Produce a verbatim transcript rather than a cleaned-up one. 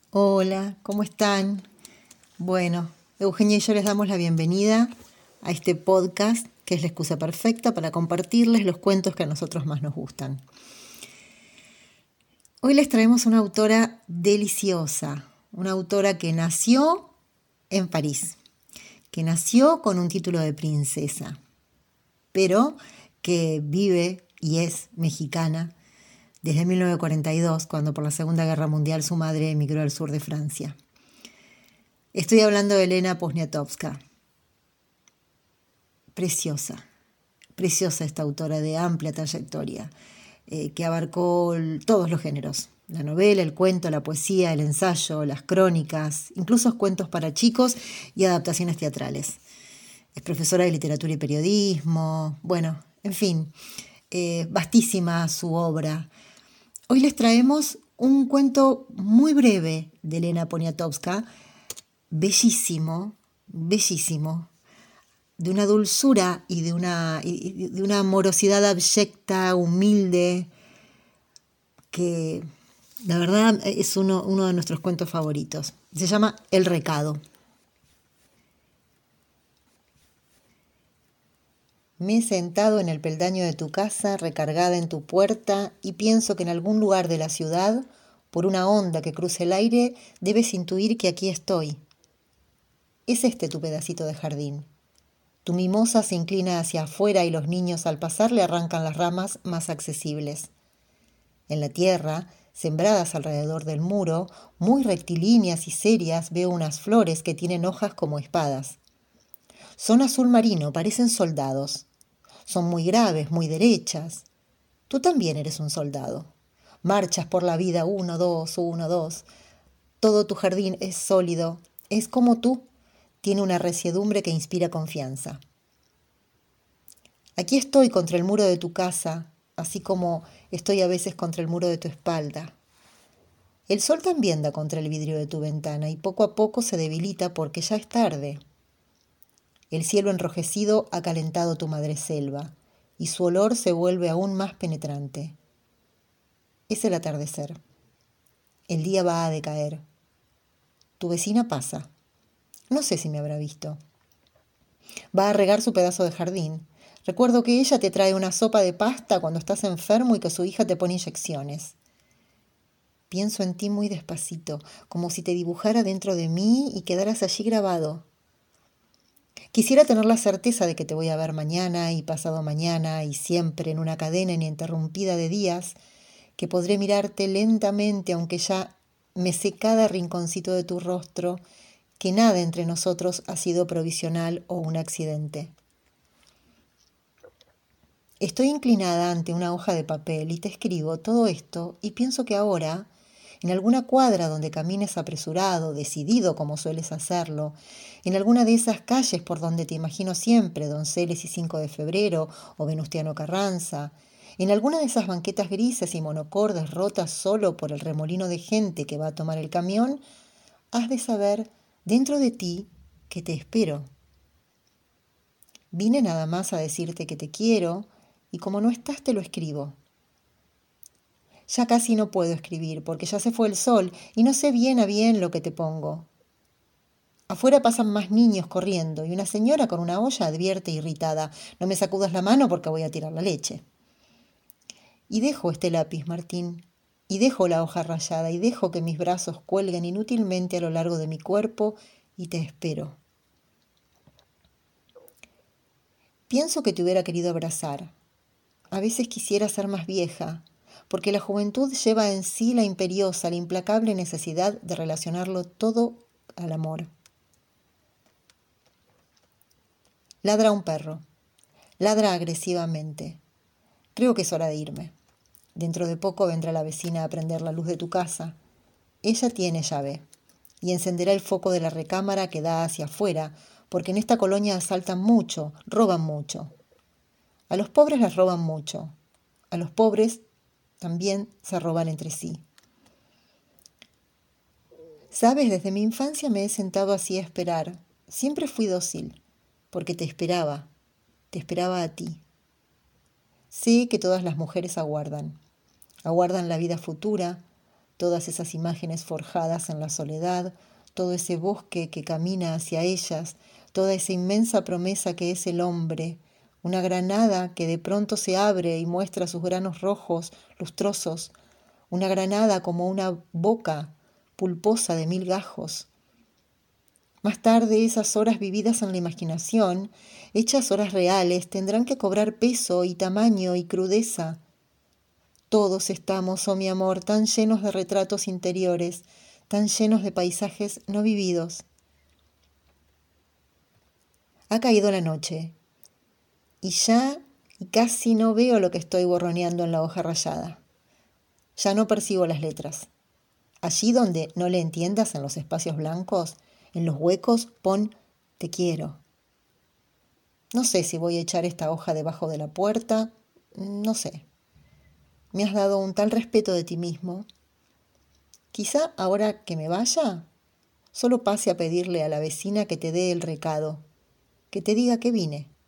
Hola, ¿cómo están? Bueno, Eugenia y yo les damos la bienvenida a este podcast que es la excusa perfecta para compartirles los cuentos que a nosotros más nos gustan. Hoy les traemos una autora deliciosa, una autora que nació en París, que nació con un título de princesa, pero que vive y es mexicana desde mil novecientos cuarenta y dos, cuando por la Segunda Guerra Mundial su madre emigró al sur de Francia. Estoy hablando de Elena Poniatowska. Preciosa, preciosa esta autora de amplia trayectoria, eh, que abarcó todos los géneros: la novela, el cuento, la poesía, el ensayo, las crónicas, incluso cuentos para chicos y adaptaciones teatrales. Es profesora de literatura y periodismo, bueno, en fin, eh, vastísima su obra. Hoy les traemos un cuento muy breve de Elena Poniatowska, bellísimo, bellísimo, de una dulzura y de una, y de una amorosidad abyecta, humilde, que la verdad es uno, uno de nuestros cuentos favoritos. Se llama El Recado. Me he sentado en el peldaño de tu casa, recargada en tu puerta, y pienso que en algún lugar de la ciudad, por una onda que cruce el aire, debes intuir que aquí estoy. Es este tu pedacito de jardín. Tu mimosa se inclina hacia afuera y los niños al pasar le arrancan las ramas más accesibles. En la tierra, sembradas alrededor del muro, muy rectilíneas y serias, veo unas flores que tienen hojas como espadas. Son azul marino, parecen soldados. Son muy graves, muy derechas. Tú también eres un soldado. Marchas por la vida uno, dos, uno, dos. Todo tu jardín es sólido, es como tú. Tiene una resiedumbre que inspira confianza. Aquí estoy contra el muro de tu casa, así como estoy a veces contra el muro de tu espalda. El sol también da contra el vidrio de tu ventana y poco a poco se debilita porque ya es tarde. El cielo enrojecido ha calentado tu madreselva y su olor se vuelve aún más penetrante. Es el atardecer. El día va a decaer. Tu vecina pasa. No sé si me habrá visto. Va a regar su pedazo de jardín. Recuerdo que ella te trae una sopa de pasta cuando estás enfermo y que su hija te pone inyecciones. Pienso en ti muy despacito, como si te dibujara dentro de mí y quedaras allí grabado. Quisiera tener la certeza de que te voy a ver mañana y pasado mañana y siempre en una cadena ininterrumpida de días, que podré mirarte lentamente aunque ya me sé cada rinconcito de tu rostro, que nada entre nosotros ha sido provisional o un accidente. Estoy inclinada ante una hoja de papel y te escribo todo esto y pienso que ahora, en alguna cuadra donde camines apresurado, decidido como sueles hacerlo, en alguna de esas calles por donde te imagino siempre, Donceles y cinco de febrero o Venustiano Carranza, en alguna de esas banquetas grises y monocordas rotas solo por el remolino de gente que va a tomar el camión, has de saber dentro de ti que te espero. Vine nada más a decirte que te quiero y como no estás te lo escribo. Ya casi no puedo escribir porque ya se fue el sol y no sé bien a bien lo que te pongo. Afuera pasan más niños corriendo y una señora con una olla advierte irritada: no me sacudas la mano porque voy a tirar la leche. Y dejo este lápiz, Martín, y dejo la hoja rayada y dejo que mis brazos cuelguen inútilmente a lo largo de mi cuerpo y te espero. Pienso que te hubiera querido abrazar. A veces quisiera ser más vieja, porque la juventud lleva en sí la imperiosa, la implacable necesidad de relacionarlo todo al amor. Ladra un perro. Ladra agresivamente. Creo que es hora de irme. Dentro de poco vendrá la vecina a prender la luz de tu casa. Ella tiene llave y encenderá el foco de la recámara que da hacia afuera, porque en esta colonia asaltan mucho, roban mucho. A los pobres les roban mucho. A los pobres también se roban entre sí. Sabes, desde mi infancia me he sentado así a esperar. Siempre fui dócil, porque te esperaba, te esperaba a ti. Sé que todas las mujeres aguardan, aguardan la vida futura, todas esas imágenes forjadas en la soledad, todo ese bosque que camina hacia ellas, toda esa inmensa promesa que es el hombre, una granada que de pronto se abre y muestra sus granos rojos, lustrosos, una granada como una boca pulposa de mil gajos. Más tarde, esas horas vividas en la imaginación, hechas horas reales, tendrán que cobrar peso y tamaño y crudeza. Todos estamos, oh mi amor, tan llenos de retratos interiores, tan llenos de paisajes no vividos. Ha caído la noche y ya casi no veo lo que estoy borroneando en la hoja rayada. Ya no percibo las letras. Allí donde no le entiendas en los espacios blancos, en los huecos, pon te quiero. No sé si voy a echar esta hoja debajo de la puerta, no sé. Me has dado un tal respeto de ti mismo. Quizá ahora que me vaya, solo pase a pedirle a la vecina que te dé el recado, que te diga que vine.